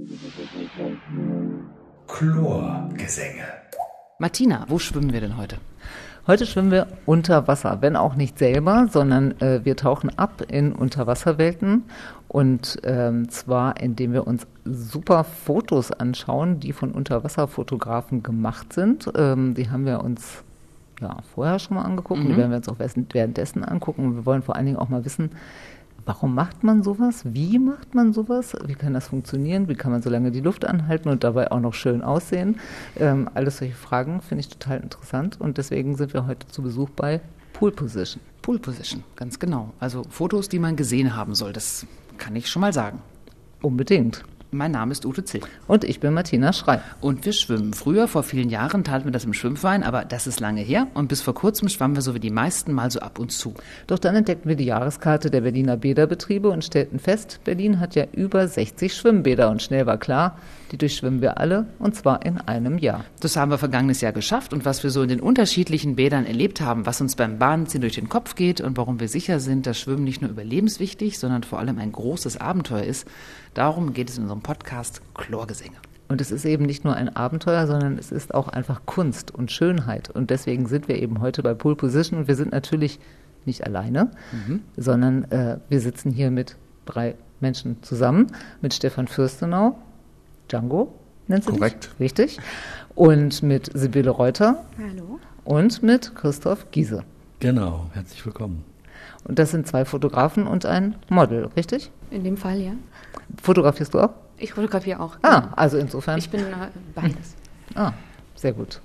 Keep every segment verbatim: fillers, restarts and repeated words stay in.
Chlorgesänge. Martina, wo schwimmen wir denn heute? Heute schwimmen wir unter Wasser, wenn auch nicht selber, sondern äh, wir tauchen ab in Unterwasserwelten und ähm, zwar indem wir uns super Fotos anschauen, die von Unterwasserfotografen gemacht sind. Ähm, die haben wir uns ja vorher schon mal angeguckt, mhm. Die werden wir uns auch währenddessen angucken und wir wollen vor allen Dingen auch mal wissen, warum macht man sowas? Wie macht man sowas? Wie kann das funktionieren? Wie kann man so lange die Luft anhalten und dabei auch noch schön aussehen? Ähm, alles solche Fragen finde ich total interessant und deswegen sind wir heute zu Besuch bei Pool Position. Pool Position, ganz genau. Also Fotos, die man gesehen haben soll, das kann ich schon mal sagen. Unbedingt. Mein Name ist Ute Zill. Und ich bin Martina Schrei. Und wir schwimmen. Früher, vor vielen Jahren, taten wir das im Schwimmverein, aber das ist lange her. Und bis vor kurzem schwammen wir so wie die meisten mal so ab und zu. Doch dann entdeckten wir die Jahreskarte der Berliner Bäderbetriebe und stellten fest, Berlin hat ja über sechzig Schwimmbäder. Und schnell war klar, die durchschwimmen wir alle, und zwar in einem Jahr. Das haben wir vergangenes Jahr geschafft. Und was wir so in den unterschiedlichen Bädern erlebt haben, was uns beim Bahnziehen durch den Kopf geht und warum wir sicher sind, dass Schwimmen nicht nur überlebenswichtig, sondern vor allem ein großes Abenteuer ist, darum geht es in unserem Podcast Chlorgesänge. Und es ist eben nicht nur ein Abenteuer, sondern es ist auch einfach Kunst und Schönheit. Und deswegen sind wir eben heute bei Pool Position. Und wir sind natürlich nicht alleine, mhm. sondern äh, wir sitzen hier mit drei Menschen zusammen. Mit Stefan Fürstenau, Django, nennt sie Korrekt. Dich? Richtig. Und mit Sibylle Reuter. Hallo. Und mit Christoph Giese. Genau, herzlich willkommen. Und das sind zwei Fotografen und ein Model, richtig? In dem Fall, ja. Fotografierst du auch? Ich fotografiere auch. Ah, genau. also insofern. Ich bin äh, beides. Ah, sehr gut.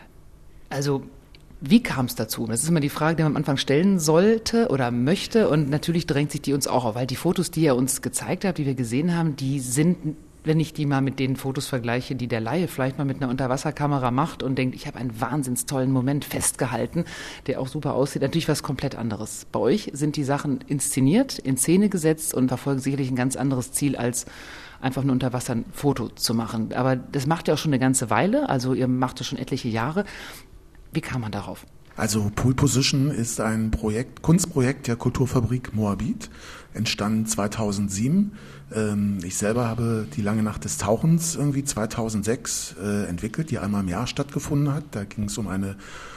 Also, wie kam es dazu? Das ist immer die Frage, die man am Anfang stellen sollte oder möchte. Und natürlich drängt sich die uns auch auf, weil die Fotos, die ihr uns gezeigt habt, die wir gesehen haben, die sind, wenn ich die mal mit den Fotos vergleiche, die der Laie vielleicht mal mit einer Unterwasserkamera macht und denkt, ich habe einen wahnsinns tollen Moment festgehalten, der auch super aussieht, natürlich was komplett anderes. Bei euch sind die Sachen inszeniert, in Szene gesetzt und verfolgen sicherlich ein ganz anderes Ziel, als einfach nur unter Wasser ein Foto zu machen. Aber das macht ihr auch schon eine ganze Weile, also ihr macht das schon etliche Jahre. Wie kam man darauf? Also Pool Position ist ein Projekt, Kunstprojekt der Kulturfabrik Moabit, entstanden zweitausendsieben. Ich selber habe die Lange Nacht des Tauchens irgendwie zweitausendsechs äh, entwickelt, die einmal im Jahr stattgefunden hat. Da ging es um eine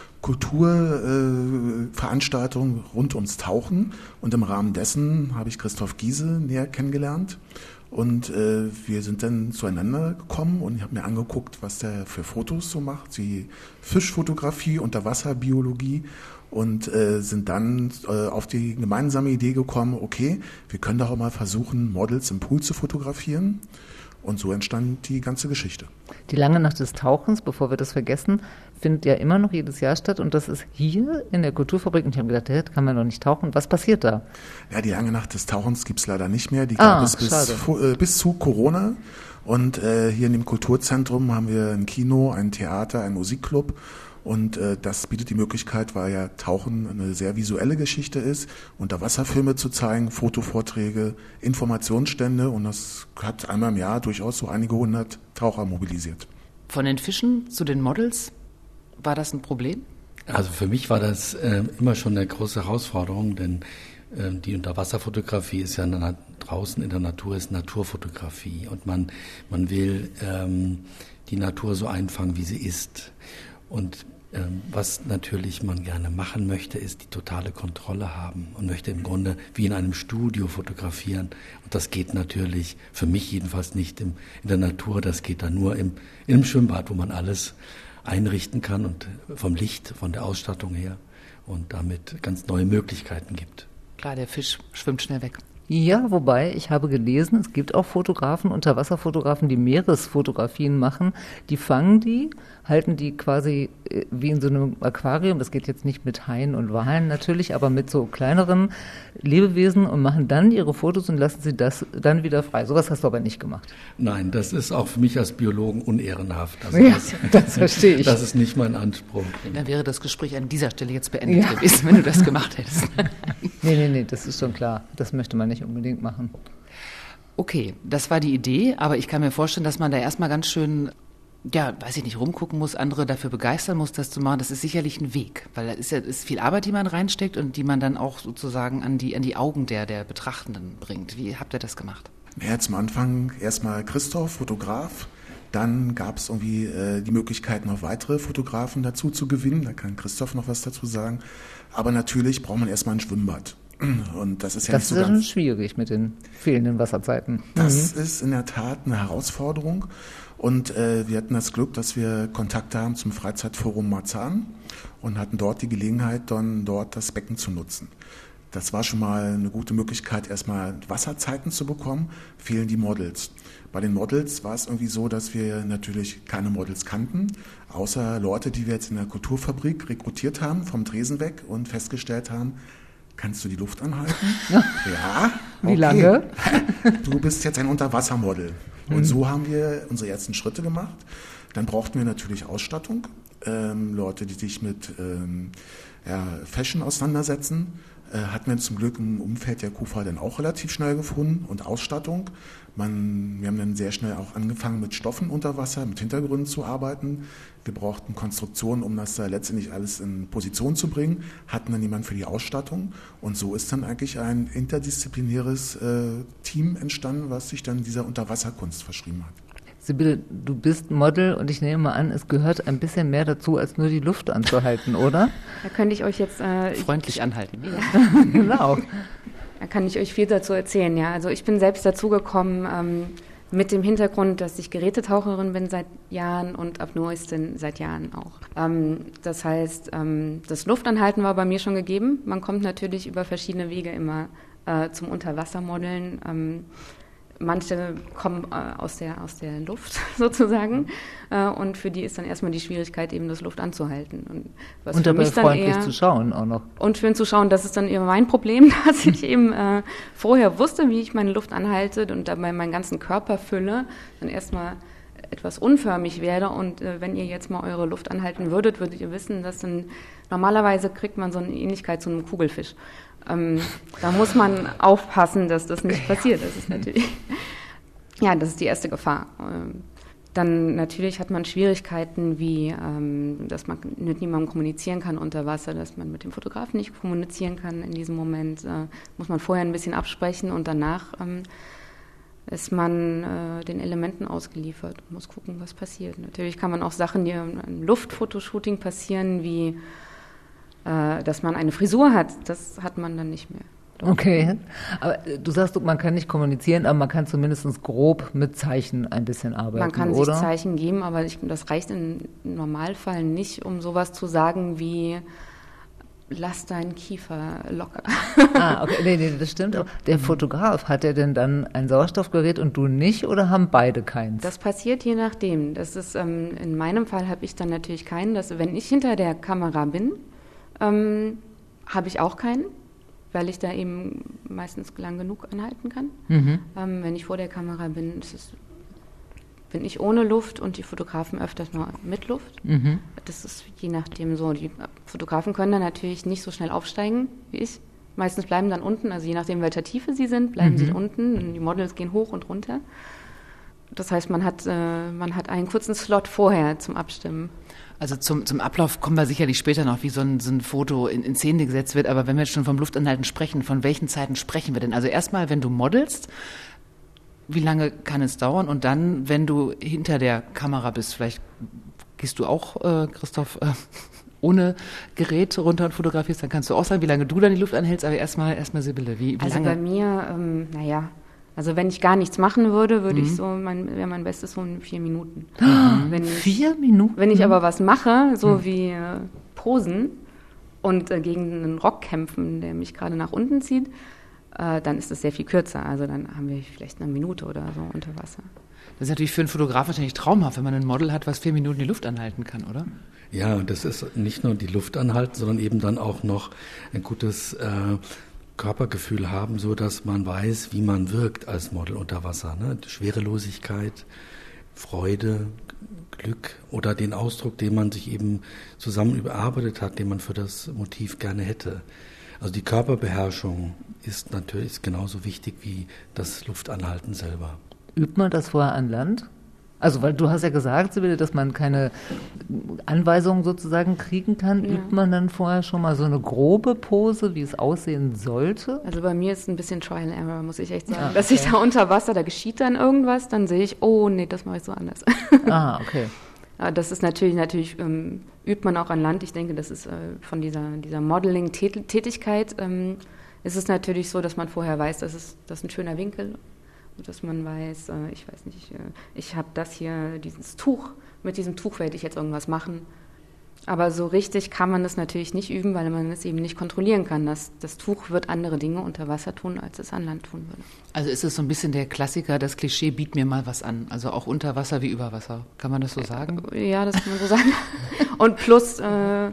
Kulturveranstaltung äh, rund ums Tauchen und im Rahmen dessen habe ich Christoph Giese näher kennengelernt. Und äh, wir sind dann zueinander gekommen und ich habe mir angeguckt, was der für Fotos so macht, wie Fischfotografie, Unterwasserbiologie und äh, sind dann äh, auf die gemeinsame Idee gekommen, okay, wir können doch auch mal versuchen, Models im Pool zu fotografieren. Und so entstand die ganze Geschichte. Die Lange Nacht des Tauchens, bevor wir das vergessen, findet ja immer noch jedes Jahr statt und das ist hier in der Kulturfabrik. Und ich habe gedacht, da kann man doch nicht tauchen. Was passiert da? Ja, die Lange Nacht des Tauchens gibt es leider nicht mehr. Die ah, gab es bis, äh, bis zu Corona. Und äh, hier in dem Kulturzentrum haben wir ein Kino, ein Theater, einen Musikclub. Und äh, das bietet die Möglichkeit, weil ja Tauchen eine sehr visuelle Geschichte ist, Unterwasserfilme zu zeigen, Fotovorträge, Informationsstände und das hat einmal im Jahr durchaus so einige hundert Taucher mobilisiert. Von den Fischen zu den Models, war das ein Problem? Also für mich war das äh, immer schon eine große Herausforderung, denn äh, die Unterwasserfotografie ist ja na- draußen in der Natur, ist Naturfotografie und man, man will ähm, die Natur so einfangen, wie sie ist. Und ähm, was natürlich man gerne machen möchte, ist die totale Kontrolle haben und möchte im Grunde wie in einem Studio fotografieren. Und das geht natürlich für mich jedenfalls nicht im, in der Natur, das geht dann nur im, im Schwimmbad, wo man alles einrichten kann und vom Licht, von der Ausstattung her und damit ganz neue Möglichkeiten gibt. Klar, der Fisch schwimmt schnell weg. Ja, wobei, ich habe gelesen, es gibt auch Fotografen, Unterwasserfotografen, die Meeresfotografien machen. Die fangen die, halten die quasi wie in so einem Aquarium, das geht jetzt nicht mit Haien und Walen natürlich, aber mit so kleineren Lebewesen und machen dann ihre Fotos und lassen sie das dann wieder frei. Sowas hast du aber nicht gemacht. Nein, das ist auch für mich als Biologen unehrenhaft. Also ja, das, das verstehe ich. Das ist nicht mein Anspruch. Dann wäre das Gespräch an dieser Stelle jetzt beendet ja. gewesen, wenn du das gemacht hättest. Nee, nee, nee, das ist schon klar. Das möchte man nicht unbedingt machen. Okay, das war die Idee, aber ich kann mir vorstellen, dass man da erstmal ganz schön, ja, weiß ich nicht, rumgucken muss, andere dafür begeistern muss, das zu machen. Das ist sicherlich ein Weg, weil da ist ja ist viel Arbeit, die man reinsteckt und die man dann auch sozusagen an die, an die Augen der, der Betrachtenden bringt. Wie habt ihr das gemacht? Ja, zum Anfang erstmal Christoph, Fotograf. Dann gab es irgendwie äh, die Möglichkeit, noch weitere Fotografen dazu zu gewinnen. Da kann Christoph noch was dazu sagen. Aber natürlich braucht man erstmal ein Schwimmbad. Und das ist ja das nicht so ist ganz... schon schwierig mit den fehlenden Wasserzeiten. Das mhm. ist in der Tat eine Herausforderung. Und äh, wir hatten das Glück, dass wir Kontakt haben zum Freizeitforum Marzahn und hatten dort die Gelegenheit, dann dort das Becken zu nutzen. Das war schon mal eine gute Möglichkeit, erstmal Wasserzeiten zu bekommen, fehlen die Models. Bei den Models war es irgendwie so, dass wir natürlich keine Models kannten, außer Leute, die wir jetzt in der Kulturfabrik rekrutiert haben, vom Tresen weg und festgestellt haben, kannst du die Luft anhalten? Ja. Ja. Wie okay. lange? Du bist jetzt ein Unterwassermodel. Und mhm. so haben wir unsere ersten Schritte gemacht. Dann brauchten wir natürlich Ausstattung, ähm, Leute, die sich mit ähm, ja, Fashion auseinandersetzen. Hatten wir zum Glück im Umfeld der KUFA dann auch relativ schnell gefunden und Ausstattung. Man, wir haben dann sehr schnell auch angefangen mit Stoffen unter Wasser, mit Hintergründen zu arbeiten. Wir brauchten Konstruktionen, um das da letztendlich alles in Position zu bringen, hatten dann jemanden für die Ausstattung und so ist dann eigentlich ein interdisziplinäres äh, Team entstanden, was sich dann dieser Unterwasserkunst verschrieben hat. Sibylle, du bist Model und ich nehme mal an, es gehört ein bisschen mehr dazu, als nur die Luft anzuhalten, oder? Da könnte ich euch jetzt... Äh, Freundlich anhalten. Ja. Genau. Da kann ich euch viel dazu erzählen, ja. Also ich bin selbst dazugekommen ähm, mit dem Hintergrund, dass ich Gerätetaucherin bin seit Jahren und Apnoistin seit Jahren auch. Ähm, das heißt, ähm, das Luftanhalten war bei mir schon gegeben. Man kommt natürlich über verschiedene Wege immer äh, zum Unterwassermodeln. Ähm, Manche kommen äh, aus der, aus der Luft sozusagen äh, und für die ist dann erstmal die Schwierigkeit, eben das Luft anzuhalten. Und, was und für dabei mich dann freundlich eher, zu schauen auch noch. Und schön zu schauen, das ist dann eben mein Problem, dass ich eben äh, vorher wusste, wie ich meine Luft anhalte und dabei meinen ganzen Körper fülle, dann erstmal etwas unförmig werde und äh, wenn ihr jetzt mal eure Luft anhalten würdet, würdet ihr wissen, dass dann normalerweise kriegt man so eine Ähnlichkeit zu einem Kugelfisch. Ähm, da muss man aufpassen, dass das nicht passiert. Das ist natürlich, ja, das ist die erste Gefahr. Ähm, dann natürlich hat man Schwierigkeiten, wie, ähm, dass man mit niemandem kommunizieren kann unter Wasser, dass man mit dem Fotografen nicht kommunizieren kann. In diesem Moment äh, muss man vorher ein bisschen absprechen und danach ähm, ist man äh, den Elementen ausgeliefert und muss gucken, was passiert. Natürlich kann man auch Sachen, die im Luftfotoshooting passieren, wie dass man eine Frisur hat, das hat man dann nicht mehr. Okay, aber du sagst, man kann nicht kommunizieren, aber man kann zumindest grob mit Zeichen ein bisschen arbeiten, Man kann oder? sich Zeichen geben, aber ich, das reicht im Normalfall nicht, um sowas zu sagen wie lass deinen Kiefer locker. Ah, okay, nee, nee, das stimmt. Der Fotograf, hat er denn dann ein Sauerstoffgerät und du nicht oder haben beide keins? Das passiert je nachdem. Das ist, ähm, in meinem Fall habe ich dann natürlich keinen. Dass, wenn ich hinter der Kamera bin, Ähm, habe ich auch keinen, weil ich da eben meistens lang genug anhalten kann. Mhm. Ähm, wenn ich vor der Kamera bin, ist es, bin ich ohne Luft und die Fotografen öfters nur mit Luft. Mhm. Das ist je nachdem so. Die Fotografen können dann natürlich nicht so schnell aufsteigen wie ich. Meistens bleiben dann unten, also je nachdem, welcher Tiefe sie sind, bleiben mhm. sie unten und die Models gehen hoch und runter. Das heißt, man hat, äh, man hat einen kurzen Slot vorher zum Abstimmen. Also zum, zum Ablauf kommen wir sicherlich später noch, wie so ein, so ein Foto in, in Szene gesetzt wird. Aber wenn wir jetzt schon vom Luftanhalten sprechen, von welchen Zeiten sprechen wir denn? Also erstmal, wenn du modelst, wie lange kann es dauern? Und dann, wenn du hinter der Kamera bist, vielleicht gehst du auch, äh, Christoph, äh, ohne Gerät runter und fotografierst, dann kannst du auch sagen, wie lange du dann die Luft anhältst. Aber erstmal, erstmal Sibylle, wie, wie also lange? Also bei mir, ähm, naja... Also wenn ich gar nichts machen würde, würde mhm. ich so, mein, wäre mein Bestes so in vier Minuten. Mhm. Wenn ich, vier Minuten? Wenn ich aber was mache, so mhm. wie äh, Posen und äh, gegen einen Rock kämpfen, der mich gerade nach unten zieht, äh, dann ist das sehr viel kürzer. Also dann haben wir vielleicht eine Minute oder so unter Wasser. Das ist natürlich für einen Fotograf wahrscheinlich traumhaft, wenn man ein Model hat, was vier Minuten die Luft anhalten kann, oder? Ja, das ist nicht nur die Luft anhalten, sondern eben dann auch noch ein gutes äh, Körpergefühl haben, so dass man weiß, wie man wirkt als Model unter Wasser. Ne? Schwerelosigkeit, Freude, Glück oder den Ausdruck, den man sich eben zusammen überarbeitet hat, den man für das Motiv gerne hätte. Also die Körperbeherrschung ist natürlich ist genauso wichtig wie das Luftanhalten selber. Übt man das vorher an Land? Also, weil du hast ja gesagt, Sibylle, dass man keine Anweisungen sozusagen kriegen kann. Ja. Übt man dann vorher schon mal so eine grobe Pose, wie es aussehen sollte? Also bei mir ist es ein bisschen Trial and Error, muss ich echt sagen. Ah, okay. Dass ich da unter Wasser, da geschieht dann irgendwas, dann sehe ich, oh nee, das mache ich so anders. Ah, okay. Das ist natürlich, natürlich ähm, übt man auch an Land. Ich denke, das ist äh, von dieser, dieser Modeling-Tätigkeit ähm, ist es natürlich so, dass man vorher weiß, das ist, das ist ein schöner Winkel. Und dass man weiß, äh, ich weiß nicht, äh, ich habe das hier, dieses Tuch, mit diesem Tuch werde ich jetzt irgendwas machen. Aber so richtig kann man das natürlich nicht üben, weil man es eben nicht kontrollieren kann. Das, das Tuch wird andere Dinge unter Wasser tun, als es an Land tun würde. Also ist es so ein bisschen der Klassiker, das Klischee, biet mir mal was an. Also auch unter Wasser wie über Wasser. Kann man das so sagen? Ja, das kann man so sagen. Und plus, äh,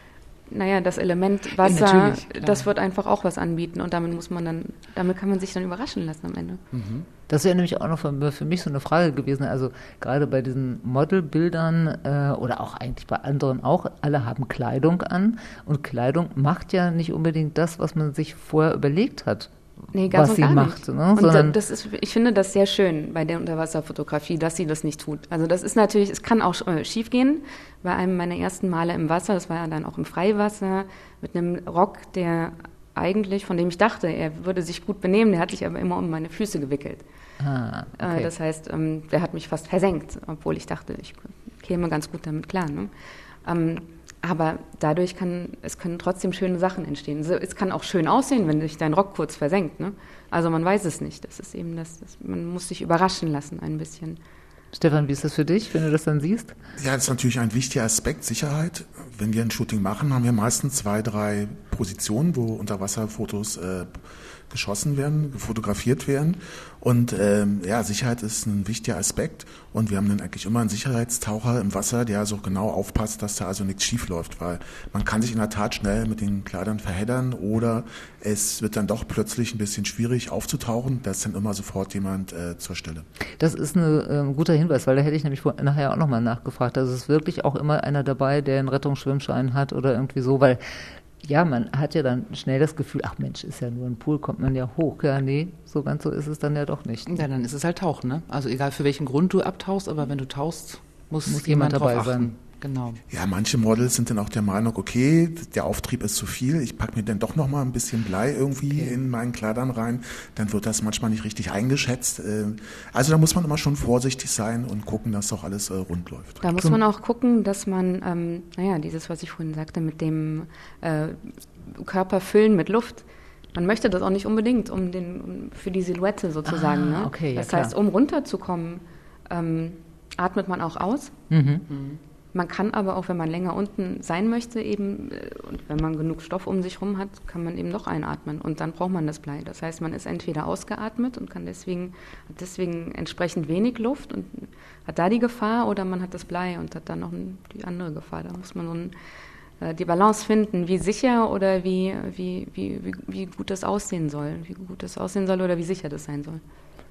naja, das Element Wasser, das wird einfach auch was anbieten. Und damit muss man dann, damit kann man sich dann überraschen lassen am Ende. Mhm. Das wäre nämlich auch noch für, für mich so eine Frage gewesen. Also gerade bei diesen Modelbildern äh, oder auch eigentlich bei anderen auch, alle haben Kleidung an. Und Kleidung macht ja nicht unbedingt das, was man sich vorher überlegt hat. Nee, ganz was sie gar macht. Nicht. Ne? Und Sondern das ist, ich finde das sehr schön bei der Unterwasserfotografie, dass sie das nicht tut. Also das ist natürlich, es kann auch äh, schief gehen. Bei einem meiner ersten Male im Wasser, das war ja dann auch im Freiwasser, mit einem Rock, der eigentlich, von dem ich dachte, er würde sich gut benehmen, der hat sich aber immer um meine Füße gewickelt. Ah, okay. Äh, das heißt, ähm, der hat mich fast versenkt, obwohl ich dachte, ich käme ganz gut damit klar. Ne? Ähm, Aber dadurch kann, es können trotzdem schöne Sachen entstehen. Es kann auch schön aussehen, wenn sich dein Rock kurz versenkt. Ne? Also man weiß es nicht. Das ist eben das, das, man muss sich überraschen lassen ein bisschen. Stefan, wie ist das für dich, wenn du das dann siehst? Ja, das ist natürlich ein wichtiger Aspekt, Sicherheit. Wenn wir ein Shooting machen, haben wir meistens zwei, drei Positionen, wo Unterwasserfotos äh, geschossen werden, fotografiert werden. Und ähm, ja, Sicherheit ist ein wichtiger Aspekt. Und wir haben dann eigentlich immer einen Sicherheitstaucher im Wasser, der also genau aufpasst, dass da also nichts schief läuft. Weil man kann sich in der Tat schnell mit den Kleidern verheddern oder es wird dann doch plötzlich ein bisschen schwierig aufzutauchen. Da ist dann immer sofort jemand äh, zur Stelle. Das ist ein äh, guter Hinweis, weil da hätte ich nämlich vor, nachher auch nochmal nachgefragt. Also es ist wirklich auch immer einer dabei, der einen Rettungsschwimmschein hat oder irgendwie so, weil ja, man hat ja dann schnell das Gefühl, ach Mensch, ist ja nur ein Pool, kommt man ja hoch. Ja, nee, so ganz so ist es dann ja doch nicht. Ja, dann ist es halt Tauchen, ne? Also egal für welchen Grund du abtauchst, aber wenn du tauchst, muss, muss jemand, jemand dabei drauf achten. sein. Genau. Ja, manche Models sind dann auch der Meinung, okay, der Auftrieb ist zu viel, ich packe mir dann doch noch mal ein bisschen Blei irgendwie okay. in meinen Kleidern rein, dann wird das manchmal nicht richtig eingeschätzt. Also da muss man immer schon vorsichtig sein und gucken, dass doch alles rund läuft. Da muss man auch gucken, dass man, ähm, naja, dieses, was ich vorhin sagte, mit dem äh, Körper füllen mit Luft, man möchte das auch nicht unbedingt, um den um, für die Silhouette sozusagen. Ah, ne? okay, ja, das klar. heißt, um runterzukommen, ähm, atmet man auch aus. Mhm. Mhm. Man kann aber auch, wenn man länger unten sein möchte, eben, und wenn man genug Stoff um sich rum hat, kann man eben noch einatmen und dann braucht man das Blei. Das heißt, man ist entweder ausgeatmet und kann deswegen, hat deswegen entsprechend wenig Luft und hat da die Gefahr, oder man hat das Blei und hat dann noch die andere Gefahr. Da muss man so ein, äh, die Balance finden, wie sicher oder wie, wie, wie, wie, wie gut das aussehen soll, wie gut das aussehen soll oder wie sicher das sein soll.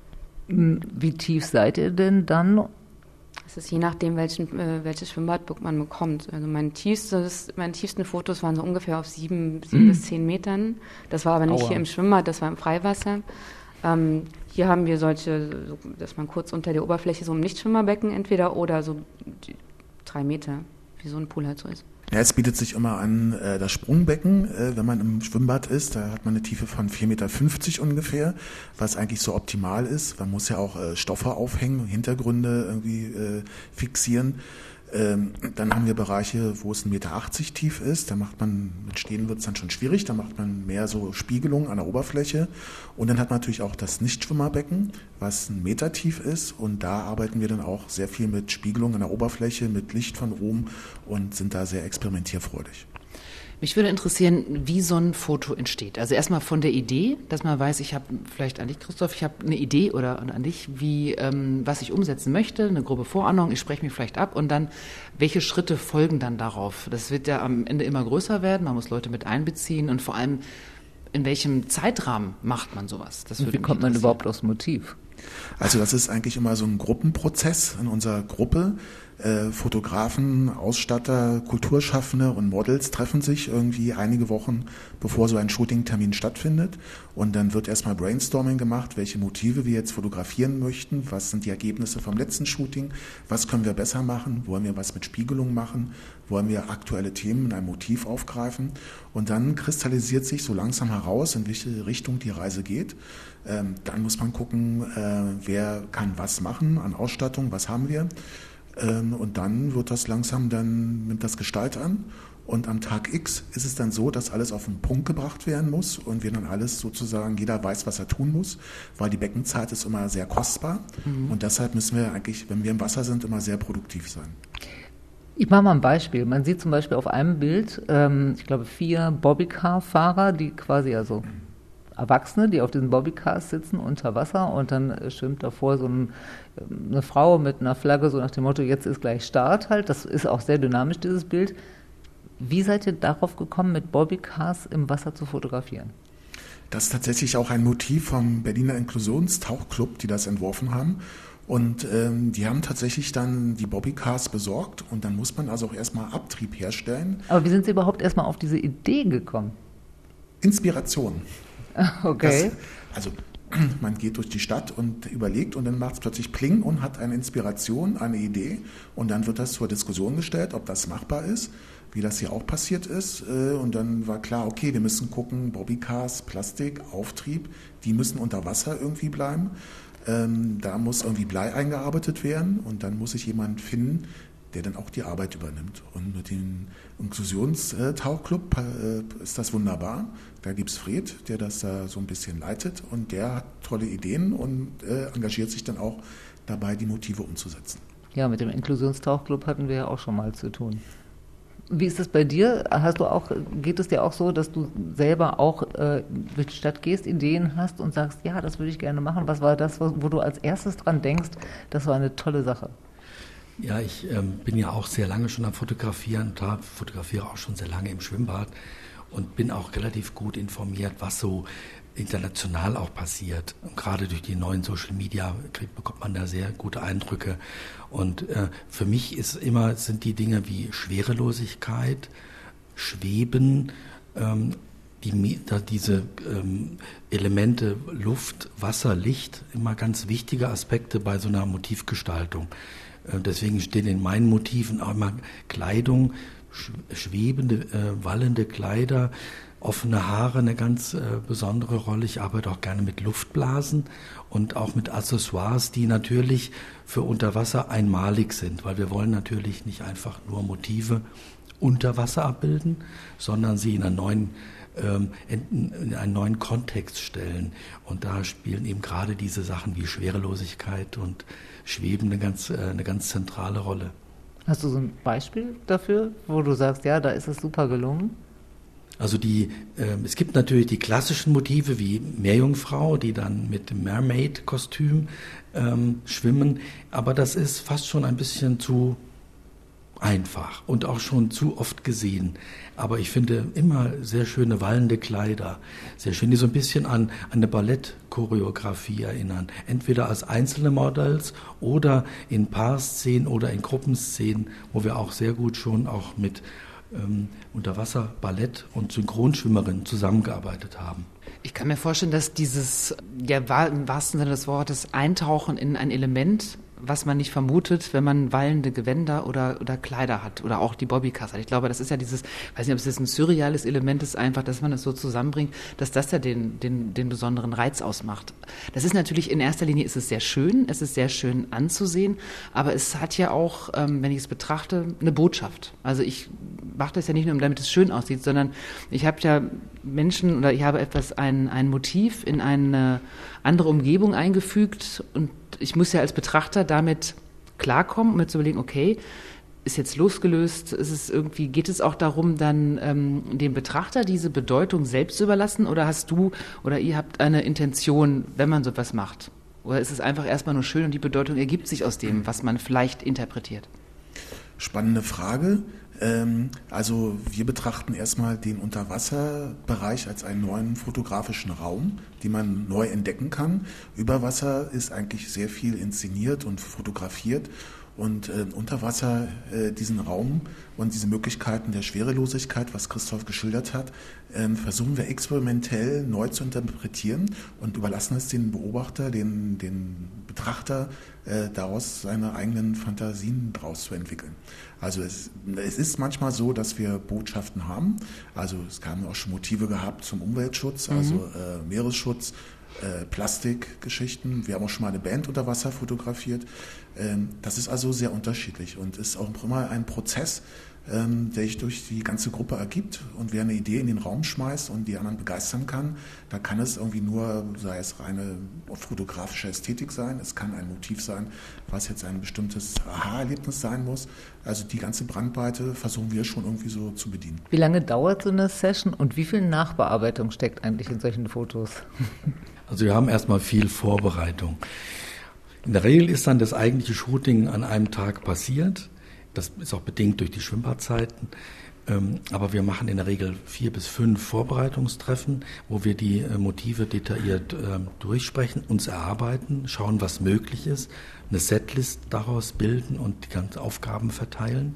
Wie tief seid ihr denn dann? Es ist je nachdem, welchen, äh, welches Schwimmbad man bekommt. Also mein tiefstes, meine tiefsten Fotos waren so ungefähr auf sieben, sieben mm. bis zehn Metern. Das war aber nicht Aua. Hier im Schwimmbad, das war im Freiwasser. Ähm, hier haben wir solche, so, dass man kurz unter der Oberfläche so im Nichtschwimmerbecken entweder oder so die, drei Meter, wie so ein Pool halt so ist. Ja, es bietet sich immer an, äh, das Sprungbecken, äh, wenn man im Schwimmbad ist, da hat man eine Tiefe von vier Meter fünfzig ungefähr, was eigentlich so optimal ist. Man muss ja auch äh, Stoffe aufhängen, Hintergründe irgendwie äh, fixieren. Ähm, dann haben wir Bereiche, wo es ein Meter achtzig tief ist. Da macht man, mit Stehen wird es dann schon schwierig, da macht man mehr so Spiegelung an der Oberfläche. Und dann hat man natürlich auch das Nichtschwimmerbecken, was ein Meter tief ist. Und da arbeiten wir dann auch sehr viel mit Spiegelung an der Oberfläche, mit Licht von oben und sind da sehr experimentierfreudig. Mich würde interessieren, wie so ein Foto entsteht. Also erstmal von der Idee, dass man weiß, ich habe vielleicht an dich, Christoph, ich habe eine Idee oder an dich, wie ähm, was ich umsetzen möchte, eine grobe Vorahnung, ich spreche mich vielleicht ab und dann, welche Schritte folgen dann darauf? Das wird ja am Ende immer größer werden, man muss Leute mit einbeziehen und vor allem, in welchem Zeitrahmen macht man sowas? Das würde wie kommt man überhaupt aufs Motiv? Also das ist eigentlich immer so ein Gruppenprozess in unserer Gruppe. Äh, Fotografen, Ausstatter, Kulturschaffende und Models treffen sich irgendwie einige Wochen, bevor so ein Shooting-Termin stattfindet. Und dann wird erstmal Brainstorming gemacht, welche Motive wir jetzt fotografieren möchten, was sind die Ergebnisse vom letzten Shooting, was können wir besser machen, wollen wir was mit Spiegelung machen, wollen wir aktuelle Themen in einem Motiv aufgreifen. Und dann kristallisiert sich so langsam heraus, in welche Richtung die Reise geht. Ähm, dann muss man gucken, äh, wer kann was machen an Ausstattung, was haben wir. Ähm, und dann wird das langsam, dann nimmt das Gestalt an. Und am Tag X ist es dann so, dass alles auf den Punkt gebracht werden muss und wir dann alles sozusagen, jeder weiß, was er tun muss, weil die Beckenzeit ist immer sehr kostbar. Mhm. Und deshalb müssen wir eigentlich, wenn wir im Wasser sind, immer sehr produktiv sein. Ich mache mal ein Beispiel. Man sieht zum Beispiel auf einem Bild, ähm, ich glaube, vier Bobbycar-Fahrer, die quasi, also Erwachsene, die auf diesen Bobbycars sitzen unter Wasser und dann äh, schwimmt davor so ein, eine Frau mit einer Flagge, so nach dem Motto, jetzt ist gleich Start halt. Das ist auch sehr dynamisch, dieses Bild. Wie seid ihr darauf gekommen, mit Bobbycars im Wasser zu fotografieren? Das ist tatsächlich auch ein Motiv vom Berliner Inklusionstauchclub, die das entworfen haben. Und ähm, die haben tatsächlich dann die Bobbycars besorgt und dann muss man also auch erstmal Abtrieb herstellen. Aber wie sind Sie überhaupt erstmal auf diese Idee gekommen? Inspiration. Okay. Das, also man geht durch die Stadt und überlegt und dann macht es plötzlich Pling und hat eine Inspiration, eine Idee und dann wird das zur Diskussion gestellt, ob das machbar ist, wie das hier auch passiert ist. Und dann war klar, okay, wir müssen gucken, Bobbycars, Plastik, Auftrieb, die müssen unter Wasser irgendwie bleiben. Ähm, da muss irgendwie Blei eingearbeitet werden und dann muss ich jemanden finden, der dann auch die Arbeit übernimmt. Und mit dem Inklusionstauchclub äh, ist das wunderbar. Da gibt es Fred, der das da so ein bisschen leitet und der hat tolle Ideen und äh, engagiert sich dann auch dabei, die Motive umzusetzen. Ja, mit dem Inklusionstauchclub hatten wir ja auch schon mal zu tun. Wie ist das bei dir? Hast du auch, geht es dir auch so, dass du selber auch äh, durch die Stadt gehst, Ideen hast und sagst, ja, das würde ich gerne machen? Was war das, wo, wo du als erstes dran denkst, das war eine tolle Sache? Ja, ich ähm, bin ja auch sehr lange schon am Fotografieren und fotografiere auch schon sehr lange im Schwimmbad und bin auch relativ gut informiert, was so international auch passiert. Und gerade durch die neuen Social Media kriegt, bekommt man da sehr gute Eindrücke. Und äh, für mich ist immer, sind die Dinge wie Schwerelosigkeit, Schweben, ähm, die, da diese ähm, Elemente Luft, Wasser, Licht immer ganz wichtige Aspekte bei so einer Motivgestaltung. Äh, deswegen stehen in meinen Motiven auch immer Kleidung, schwebende, äh, wallende Kleider, offene Haare eine ganz äh, besondere Rolle. Ich arbeite auch gerne mit Luftblasen und auch mit Accessoires, die natürlich für unter Wasser einmalig sind, weil wir wollen natürlich nicht einfach nur Motive unter Wasser abbilden, sondern sie in einen neuen, ähm, in, in einen neuen Kontext stellen. Und da spielen eben gerade diese Sachen wie Schwerelosigkeit und Schweben eine ganz, äh, eine ganz zentrale Rolle. Hast du so ein Beispiel dafür, wo du sagst, ja, da ist es super gelungen? Also die, äh, es gibt natürlich die klassischen Motive wie Meerjungfrau, die dann mit dem Mermaid-Kostüm ähm, schwimmen, aber das ist fast schon ein bisschen zu einfach und auch schon zu oft gesehen. Aber ich finde immer sehr schöne wallende Kleider, sehr schön, die so ein bisschen an, an eine Ballettchoreografie erinnern. Entweder als einzelne Models oder in Paarszenen oder in Gruppenszenen, wo wir auch sehr gut schon auch mit ähm, Unterwasser, Ballett und Synchronschwimmerinnen zusammengearbeitet haben. Ich kann mir vorstellen, dass dieses, ja, im wahrsten Sinne des Wortes, Eintauchen in ein Element, was man nicht vermutet, wenn man wallende Gewänder oder, oder Kleider hat oder auch die Bobbycars hat. Ich glaube, das ist ja dieses, ich weiß nicht, ob es jetzt ein surreales Element ist, einfach, dass man es so zusammenbringt, dass das ja den, den, den besonderen Reiz ausmacht. Das ist natürlich, in erster Linie ist es sehr schön, es ist sehr schön anzusehen, aber es hat ja auch, ähm, wenn ich es betrachte, eine Botschaft. Also ich mache das ja nicht nur, damit es schön aussieht, sondern ich habe ja Menschen oder ich habe etwas, ein, ein Motiv in eine andere Umgebung eingefügt und ich muss ja als Betrachter damit klarkommen, um mir zu überlegen, okay, ist jetzt losgelöst, ist es irgendwie, geht es auch darum, dann ähm, dem Betrachter diese Bedeutung selbst zu überlassen oder hast du oder ihr habt eine Intention, wenn man sowas macht? Oder ist es einfach erstmal nur schön und die Bedeutung ergibt sich aus dem, was man vielleicht interpretiert? Spannende Frage. Ähm, also wir betrachten erstmal den Unterwasserbereich als einen neuen fotografischen Raum, den man neu entdecken kann. Über Wasser ist eigentlich sehr viel inszeniert und fotografiert. Und äh, unter Wasser äh, diesen Raum und diese Möglichkeiten der Schwerelosigkeit, was Christoph geschildert hat, äh, versuchen wir experimentell neu zu interpretieren und überlassen es den Beobachter, den, den Betrachter, äh, daraus seine eigenen Fantasien draus zu entwickeln. Also es, es ist manchmal so, dass wir Botschaften haben. Also es haben auch schon Motive gehabt zum Umweltschutz, mhm. also äh, Meeresschutz, Äh, Plastikgeschichten. Wir haben auch schon mal eine Band unter Wasser fotografiert. Ähm, das ist also sehr unterschiedlich und ist auch immer ein Prozess, ähm, der sich durch die ganze Gruppe ergibt. Und wer eine Idee in den Raum schmeißt und die anderen begeistern kann, da kann es irgendwie nur, sei es reine fotografische Ästhetik sein, es kann ein Motiv sein, was jetzt ein bestimmtes Aha-Erlebnis sein muss. Also die ganze Brandweite versuchen wir schon irgendwie so zu bedienen. Wie lange dauert so eine Session und wie viel Nachbearbeitung steckt eigentlich in solchen Fotos? Also wir haben erstmal viel Vorbereitung. In der Regel ist dann das eigentliche Shooting an einem Tag passiert. Das ist auch bedingt durch die Schwimmbadzeiten. Aber wir machen in der Regel vier bis fünf Vorbereitungstreffen, wo wir die Motive detailliert durchsprechen, uns erarbeiten, schauen, was möglich ist, eine Setlist daraus bilden und die ganzen Aufgaben verteilen.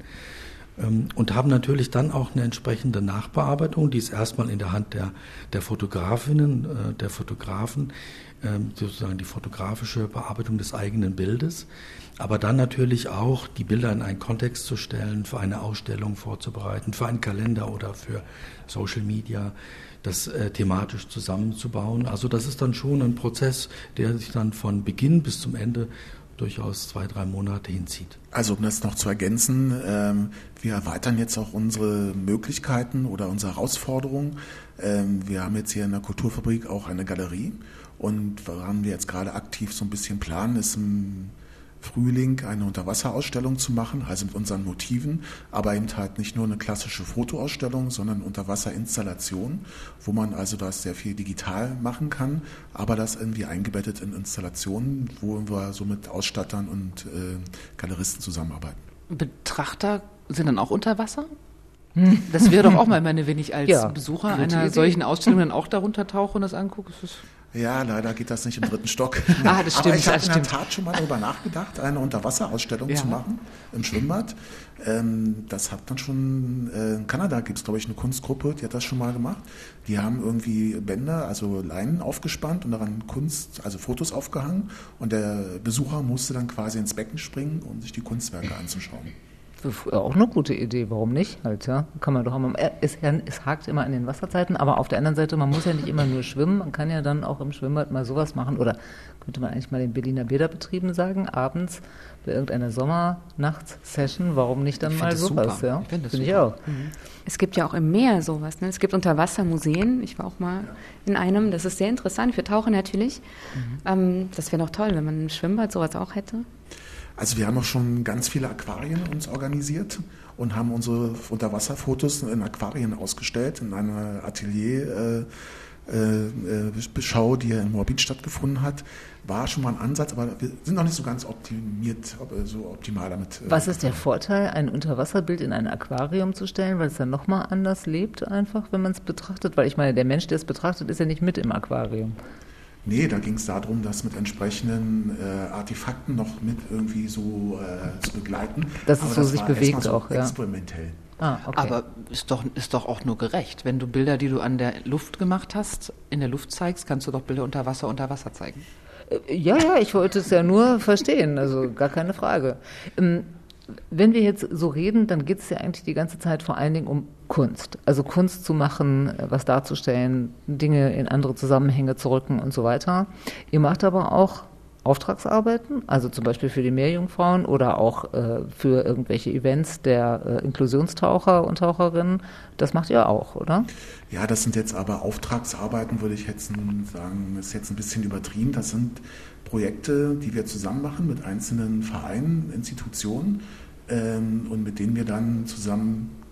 Und haben natürlich dann auch eine entsprechende Nachbearbeitung, die ist erstmal in der Hand der, der Fotografinnen, der Fotografen, sozusagen die fotografische Bearbeitung des eigenen Bildes, aber dann natürlich auch die Bilder in einen Kontext zu stellen, für eine Ausstellung vorzubereiten, für einen Kalender oder für Social Media, das äh, thematisch zusammenzubauen. Also das ist dann schon ein Prozess, der sich dann von Beginn bis zum Ende durchaus zwei, drei Monate hinzieht. Also um das noch zu ergänzen, ähm, wir erweitern jetzt auch unsere Möglichkeiten oder unsere Herausforderungen. Ähm, wir haben jetzt hier in der Kulturfabrik auch eine Galerie und woran wir jetzt gerade aktiv so ein bisschen planen, ist im Frühling eine Unterwasserausstellung zu machen, also mit unseren Motiven, aber eben halt nicht nur eine klassische Fotoausstellung, sondern Unterwasserinstallation, wo man also das sehr viel digital machen kann, aber das irgendwie eingebettet in Installationen, wo wir so mit Ausstattern und äh, Galeristen zusammenarbeiten. Betrachter sind dann auch unter Wasser? Das wäre doch auch mal meine, wenn ich als ja, Besucher einer Idee. solchen Ausstellung dann auch darunter tauche und das angucke. Das Ja, leider geht das nicht im dritten Stock. Ah, das stimmt. Aber ich habe in stimmt. der Tat schon mal darüber nachgedacht, eine Unterwasserausstellung ja. zu machen im Schwimmbad. Ähm, das hat dann schon, äh, in Kanada gibt es, glaube ich, eine Kunstgruppe, die hat das schon mal gemacht. Die haben irgendwie Bänder, also Leinen aufgespannt und daran Kunst, also Fotos aufgehangen. Und der Besucher musste dann quasi ins Becken springen, um sich die Kunstwerke anzuschauen. Auch eine gute Idee, warum nicht? Halt, ja. Kann man doch haben. Es, es hakt immer an den Wasserzeiten, aber auf der anderen Seite, man muss ja nicht immer nur schwimmen, man kann ja dann auch im Schwimmbad mal sowas machen oder könnte man eigentlich mal den Berliner Bäderbetrieben sagen, abends bei irgendeiner Sommernachts-Session, warum nicht dann mal sowas? Super. Ja? Ich finde Find ich auch. Mhm. Es gibt ja auch im Meer sowas, ne? Es gibt Unterwassermuseen, ich war auch mal ja. in einem, das ist sehr interessant, für Taucher natürlich. Mhm. Ähm, das wäre doch toll, wenn man im Schwimmbad sowas auch hätte. Also wir haben auch schon ganz viele Aquarien uns organisiert und haben unsere Unterwasserfotos in Aquarien ausgestellt, in einer Atelier äh, äh, Beschau, die ja in Moabit stattgefunden hat. War schon mal ein Ansatz, aber wir sind noch nicht so ganz optimiert, so optimal damit. Was ist der Vorteil, ein Unterwasserbild in ein Aquarium zu stellen, weil es dann nochmal anders lebt einfach, wenn man es betrachtet? Weil ich meine, der Mensch, der es betrachtet, ist ja nicht mit im Aquarium. Nee, da ging es darum, das mit entsprechenden äh, Artefakten noch mit irgendwie so äh, zu begleiten. Dass es aber so das sich war bewegt so auch, ja. Experimentell. Ah, okay. Aber ist doch, ist doch auch nur gerecht. Wenn du Bilder, die du an der Luft gemacht hast, in der Luft zeigst, kannst du doch Bilder unter Wasser unter Wasser zeigen. Ja, ja, ich wollte es ja nur verstehen, also gar keine Frage. Wenn wir jetzt so reden, dann geht es ja eigentlich die ganze Zeit vor allen Dingen um Kunst. Also Kunst zu machen, was darzustellen, Dinge in andere Zusammenhänge zu rücken und so weiter. Ihr macht aber auch Auftragsarbeiten, also zum Beispiel für die Meerjungfrauen oder auch äh, für irgendwelche Events der äh, Inklusionstaucher und Taucherinnen. Das macht ihr auch, oder? Ja, das sind jetzt aber Auftragsarbeiten, würde ich jetzt sagen, ist jetzt ein bisschen übertrieben. Das sind Projekte, die wir zusammen machen mit einzelnen Vereinen, Institutionen ähm, und mit denen wir dann zusammen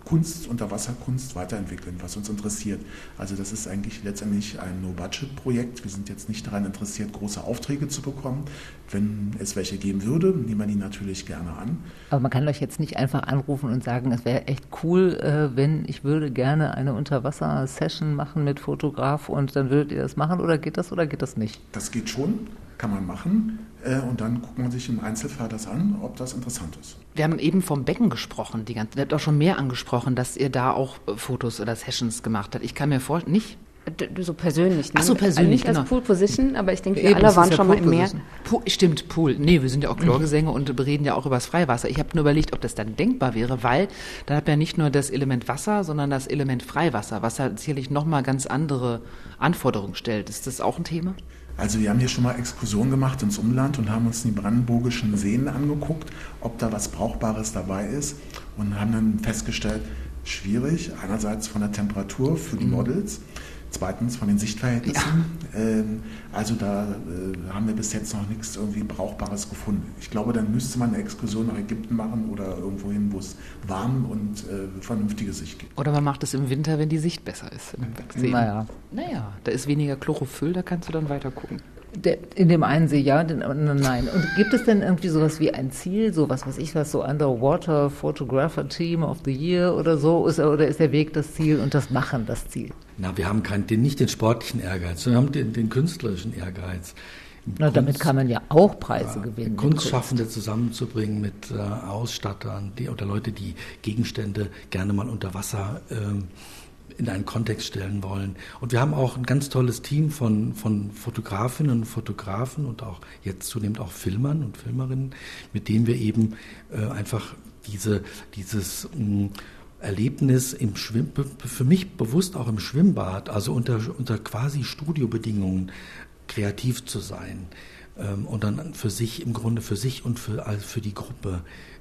Kunst, Unterwasserkunst weiterentwickeln, was uns interessiert. Also das ist eigentlich letztendlich ein No-Budget-Projekt. Wir sind jetzt nicht daran interessiert, große Aufträge zu bekommen. Wenn es welche geben würde, nehmen wir die natürlich gerne an. Aber man kann euch jetzt nicht einfach anrufen und sagen, es wäre echt cool, äh, wenn ich würde gerne eine Unterwasser-Session machen mit Fotograf und dann würdet ihr das machen, oder geht das oder geht das nicht? Das geht schon, kann man machen. Und dann guckt man sich im Einzelfall das an, ob das interessant ist. Wir haben eben vom Becken gesprochen, die ganze, ihr habt auch schon mehr angesprochen, dass ihr da auch Fotos oder Sessions gemacht habt. Ich kann mir vorstellen, nicht? So persönlich, ne? Ach so, persönlich, also nicht genau. als Pool Position, aber ich denke, wir Eben, alle das waren ist ja schon mal im Meer. Pool, stimmt, Pool. Nee, wir sind ja auch Chlorgesänge und reden ja auch über das Freiwasser. Ich habe nur überlegt, ob das dann denkbar wäre, weil da hat man ja nicht nur das Element Wasser, sondern das Element Freiwasser, was halt sicherlich nochmal ganz andere Anforderungen stellt. Ist das auch ein Thema? Also wir haben hier schon mal Exkursionen gemacht ins Umland und haben uns die brandenburgischen Seen angeguckt, ob da was Brauchbares dabei ist, und haben dann festgestellt, schwierig, einerseits von der Temperatur für die Models, zweitens von den Sichtverhältnissen. Ja. Ähm, also da äh, haben wir bis jetzt noch nichts irgendwie Brauchbares gefunden. Ich glaube, dann müsste man eine Exkursion nach Ägypten machen oder irgendwo hin, wo es warm und äh, vernünftige Sicht gibt. Oder man macht es im Winter, wenn die Sicht besser ist. Naja. Naja, da ist weniger Chlorophyll, da kannst du dann weiter gucken. Der, in dem einen See ja, in dem anderen nein. Und gibt es denn irgendwie sowas wie ein Ziel, so was weiß ich was, so Underwater Photographer Team of the Year oder so, ist, oder ist der Weg das Ziel und das Machen das Ziel? Na, wir haben kein, den, nicht den sportlichen Ehrgeiz, sondern wir haben den, den künstlerischen Ehrgeiz. Na, Kunst, damit kann man ja auch Preise ja, gewinnen. Kunstschaffende Kunst. zusammenzubringen mit äh, Ausstattern die, oder Leute, die Gegenstände gerne mal unter Wasser ähm, in einen Kontext stellen wollen. Und wir haben auch ein ganz tolles Team von, von Fotografinnen und Fotografen und auch jetzt zunehmend auch Filmern und Filmerinnen, mit denen wir eben äh, einfach diese, dieses mh, Erlebnis im Schwimm, für mich bewusst auch im Schwimmbad, also unter, unter quasi Studiobedingungen kreativ zu sein ähm, und dann für sich, im Grunde für sich und für, also für die Gruppe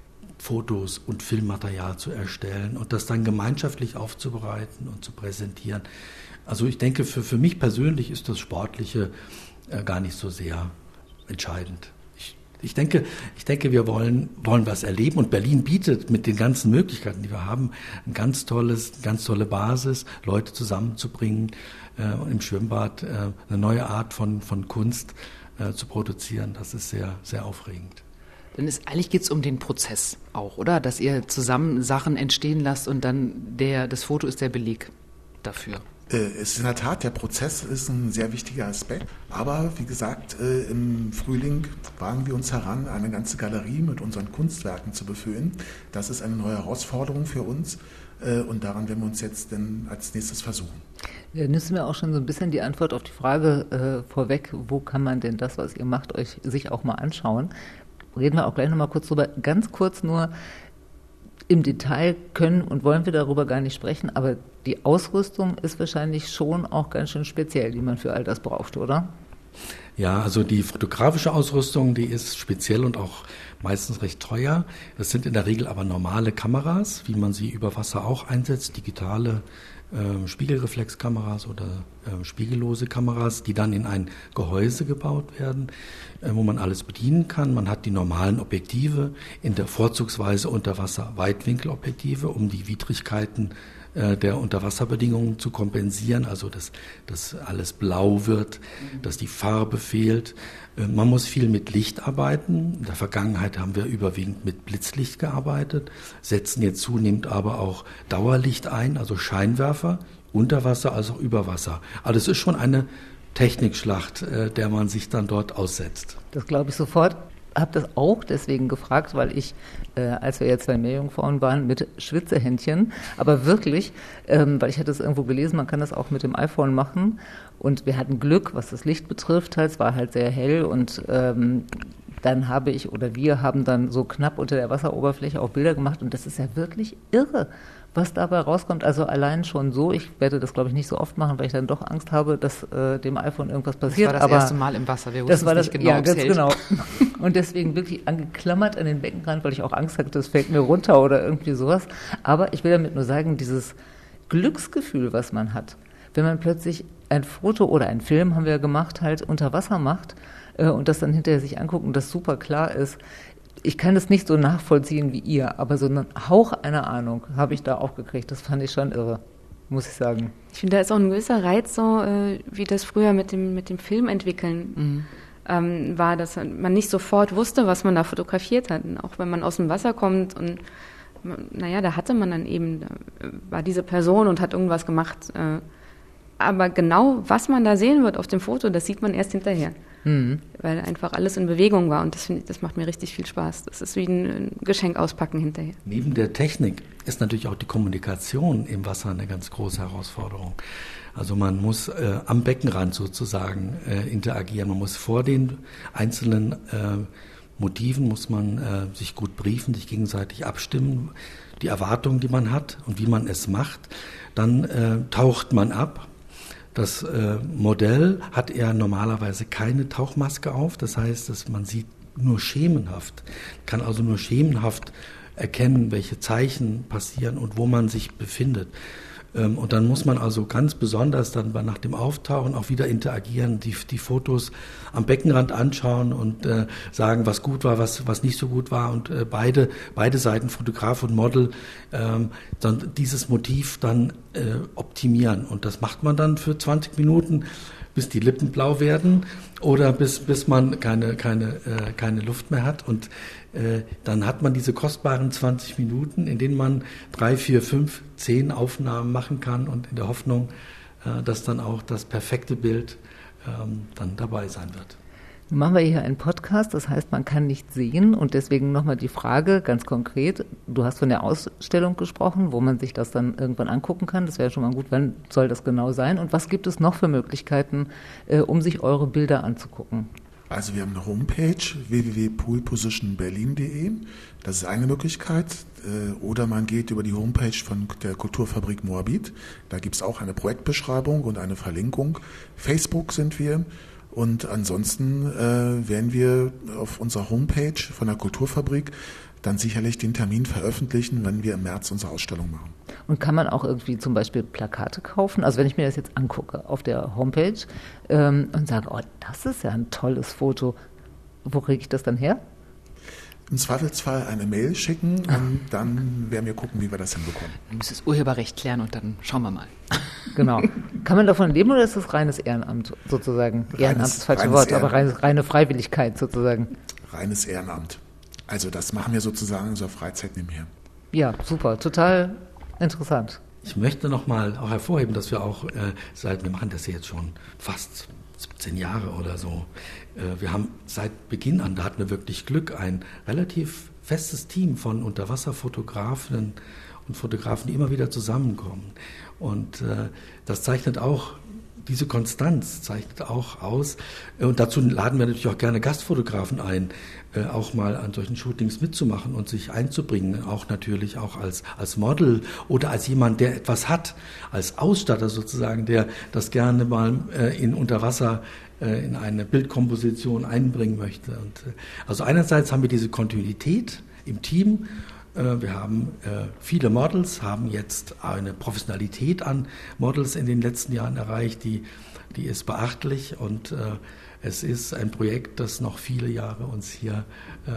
Fotos und Filmmaterial zu erstellen und das dann gemeinschaftlich aufzubereiten und zu präsentieren. Also ich denke, für, für mich persönlich ist das Sportliche äh, gar nicht so sehr entscheidend. Ich, ich, denke, ich denke, wir wollen, wollen was erleben und Berlin bietet mit den ganzen Möglichkeiten, die wir haben, ein ganz tolles, ganz tolle Basis, Leute zusammenzubringen äh, und im Schwimmbad äh, eine neue Art von, von Kunst äh, zu produzieren. Das ist sehr, sehr aufregend. Dann ist, eigentlich geht es um den Prozess auch, oder? Dass ihr zusammen Sachen entstehen lasst und dann der, das Foto ist der Beleg dafür. Äh, es ist in der Tat, der Prozess ist ein sehr wichtiger Aspekt. Aber wie gesagt, äh, im Frühling wagen wir uns heran, eine ganze Galerie mit unseren Kunstwerken zu befüllen. Das ist eine neue Herausforderung für uns äh, und daran werden wir uns jetzt dann als nächstes versuchen. Da nimmst du mir auch schon so ein bisschen die Antwort auf die Frage äh, vorweg, wo kann man denn das, was ihr macht, euch sich auch mal anschauen? Reden wir auch gleich nochmal kurz drüber. Ganz kurz nur, im Detail können und wollen wir darüber gar nicht sprechen, aber die Ausrüstung ist wahrscheinlich schon auch ganz schön speziell, die man für all das braucht, oder? Ja, also die fotografische Ausrüstung, die ist speziell und auch meistens recht teuer. Das sind in der Regel aber normale Kameras, wie man sie über Wasser auch einsetzt, digitale äh, Spiegelreflexkameras oder äh, spiegellose Kameras, die dann in ein Gehäuse gebaut werden, äh, wo man alles bedienen kann. Man hat die normalen Objektive, in der vorzugsweise Unterwasser-Weitwinkelobjektive, um die Widrigkeiten äh, der Unterwasserbedingungen zu kompensieren, also dass, dass alles blau wird, dass die Farbe fehlt. Äh, man muss viel mit Licht arbeiten. In der Vergangenheit haben wir überwiegend mit Blitzlicht gearbeitet, setzen jetzt zunehmend aber auch Dauerlicht ein, also Scheinwerfer, unter Wasser als auch über Wasser. Also es ist schon eine Technikschlacht, äh, der man sich dann dort aussetzt. Das glaube ich sofort. Habe das auch deswegen gefragt, weil ich, äh, als wir jetzt bei Meerjungfrauen waren, mit Schwitzehändchen, aber wirklich, ähm, weil ich hatte es irgendwo gelesen, man kann das auch mit dem iPhone machen und wir hatten Glück, was das Licht betrifft, halt, es war halt sehr hell und ähm, dann habe ich oder wir haben dann so knapp unter der Wasseroberfläche auch Bilder gemacht und das ist ja wirklich irre, was dabei rauskommt. Also allein schon so, ich werde das glaube ich nicht so oft machen, weil ich dann doch Angst habe, dass äh, dem iPhone irgendwas passiert. Das war das aber erste Mal im Wasser, wir wussten das war das, nicht genau, ja, ganz hält. genau. Und deswegen wirklich angeklammert an den Beckenrand, weil ich auch Angst hatte, das fällt mir runter oder irgendwie sowas. Aber ich will damit nur sagen, dieses Glücksgefühl, was man hat, wenn man plötzlich ein Foto oder einen Film, haben wir ja gemacht, halt unter Wasser macht äh, und das dann hinterher sich anguckt und das super klar ist, ich kann es nicht so nachvollziehen wie ihr, aber so einen Hauch einer Ahnung habe ich da auch gekriegt. Das fand ich schon irre, muss ich sagen. Ich finde, da ist auch ein gewisser Reiz, so äh, wie das früher mit dem, mit dem Film entwickeln mhm. ähm, war, dass man nicht sofort wusste, was man da fotografiert hat. Und auch wenn man aus dem Wasser kommt und naja, da hatte man dann eben, da war diese Person und hat irgendwas gemacht. Äh, aber genau, was man da sehen wird auf dem Foto, das sieht man erst hinterher. Mhm. Weil einfach alles in Bewegung war und das, find ich, das macht mir richtig viel Spaß. Das ist wie ein Geschenk auspacken hinterher. Neben der Technik ist natürlich auch die Kommunikation im Wasser eine ganz große Herausforderung. Also man muss äh, am Beckenrand sozusagen äh, interagieren. Man muss vor den einzelnen äh, Motiven muss man äh, sich gut briefen, sich gegenseitig abstimmen, die Erwartungen, die man hat und wie man es macht. Dann äh, taucht man ab. Das äh, Modell hat ja normalerweise keine Tauchmaske auf, das heißt, dass man sieht nur schemenhaft, kann also nur schemenhaft erkennen, welche Zeichen passieren und wo man sich befindet. Ähm, und dann muss man also ganz besonders dann bei, nach dem Auftauchen auch wieder interagieren, die, die Fotos am Beckenrand anschauen und äh, sagen, was gut war, was, was nicht so gut war und äh, beide, beide Seiten, Fotograf und Model, ähm, dann dieses Motiv dann äh, optimieren. Und das macht man dann für zwanzig Minuten, bis die Lippen blau werden oder bis, bis man keine, keine, äh, keine Luft mehr hat. Und äh, dann hat man diese kostbaren zwanzig Minuten, in denen man drei, vier, fünf, zehn Aufnahmen machen kann und in der Hoffnung, äh, dass dann auch das perfekte Bild ähm, dann dabei sein wird. Nun machen wir hier einen Podcast, das heißt, man kann nicht sehen und deswegen nochmal die Frage ganz konkret, du hast von der Ausstellung gesprochen, wo man sich das dann irgendwann angucken kann, das wäre schon mal gut, wann soll das genau sein und was gibt es noch für Möglichkeiten, äh, um sich eure Bilder anzugucken? Also wir haben eine Homepage w w w punkt pool position berlin punkt d e, das ist eine Möglichkeit, äh, oder man geht über die Homepage von der Kulturfabrik Moabit, da gibt es auch eine Projektbeschreibung und eine Verlinkung. Facebook sind wir. Und ansonsten äh, werden wir auf unserer Homepage von der Kulturfabrik dann sicherlich den Termin veröffentlichen, wenn wir im März unsere Ausstellung machen. Und kann man auch irgendwie zum Beispiel Plakate kaufen? Also wenn ich mir das jetzt angucke auf der Homepage ähm, und sage, oh, das ist ja ein tolles Foto, wo kriege ich das dann her? Im Zweifelsfall eine Mail schicken und dann werden wir gucken, wie wir das hinbekommen. Wir müssen das Urheberrecht klären und dann schauen wir mal. Genau. Kann man davon leben oder ist das reines Ehrenamt sozusagen? Reines, Ehrenamt ist das falsche Wort, aber reine, reine Freiwilligkeit sozusagen. Reines Ehrenamt. Also das machen wir sozusagen in unserer Freizeit nebenher. Ja, super, total interessant. Ich möchte noch mal auch hervorheben, dass wir auch, äh, seit, wir machen das jetzt schon fast siebzehn Jahre oder so, äh, wir haben seit Beginn an, da hatten wir wirklich Glück, ein relativ festes Team von Unterwasserfotografen und Fotografen, die immer wieder zusammenkommen. Und äh, das zeichnet auch, diese Konstanz zeichnet auch aus. Und dazu laden wir natürlich auch gerne Gastfotografen ein, äh, auch mal an solchen Shootings mitzumachen und sich einzubringen. Auch natürlich auch als, als Model oder als jemand, der etwas hat, als Ausstatter sozusagen, der das gerne mal äh, in Unterwasser äh, in eine Bildkomposition einbringen möchte. Und, äh, also einerseits haben wir diese Kontinuität im Team. Wir haben äh, viele Models, haben jetzt eine Professionalität an Models in den letzten Jahren erreicht, die, die ist beachtlich und äh, es ist ein Projekt, das noch viele Jahre uns hier äh,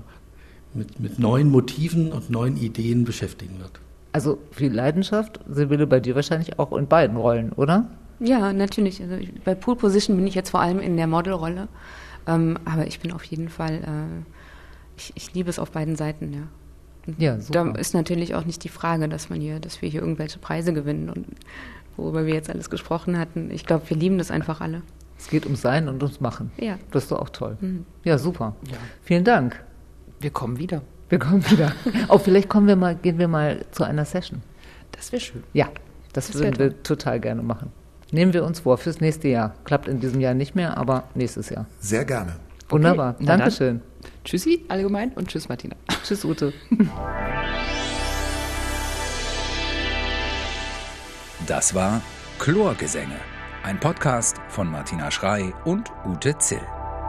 mit, mit neuen Motiven und neuen Ideen beschäftigen wird. Also viel Leidenschaft, Sibylle, bei dir wahrscheinlich auch in beiden Rollen, oder? Ja, natürlich. Also ich, bei Pool Position bin ich jetzt vor allem in der Modelrolle, ähm, aber ich bin auf jeden Fall, äh, ich, ich liebe es auf beiden Seiten, ja. Ja, super. Da ist natürlich auch nicht die Frage, dass man hier, dass wir hier irgendwelche Preise gewinnen und worüber wir jetzt alles gesprochen hatten. Ich glaube, wir lieben das einfach alle. Es geht ums Sein und ums Machen. Ja. Das ist doch auch toll. Mhm. Ja, super. Ja. Vielen Dank. Wir kommen wieder. Wir kommen wieder. Auch vielleicht kommen wir mal, gehen wir mal zu einer Session. Das wäre schön. Ja, das, das würden wir total gerne machen. Nehmen wir uns vor fürs nächste Jahr. Klappt in diesem Jahr nicht mehr, aber nächstes Jahr. Sehr gerne. Wunderbar. Okay. Dankeschön. Tschüssi, allgemein und tschüss, Martina. Tschüss, Ute. Das war Chlorgesänge, ein Podcast von Martina Schrey und Ute Zill.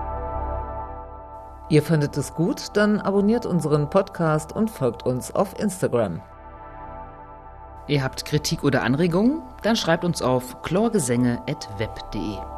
Ihr fandet es gut? Dann abonniert unseren Podcast und folgt uns auf Instagram. Ihr habt Kritik oder Anregungen? Dann schreibt uns auf chlorgesänge at web punkt de.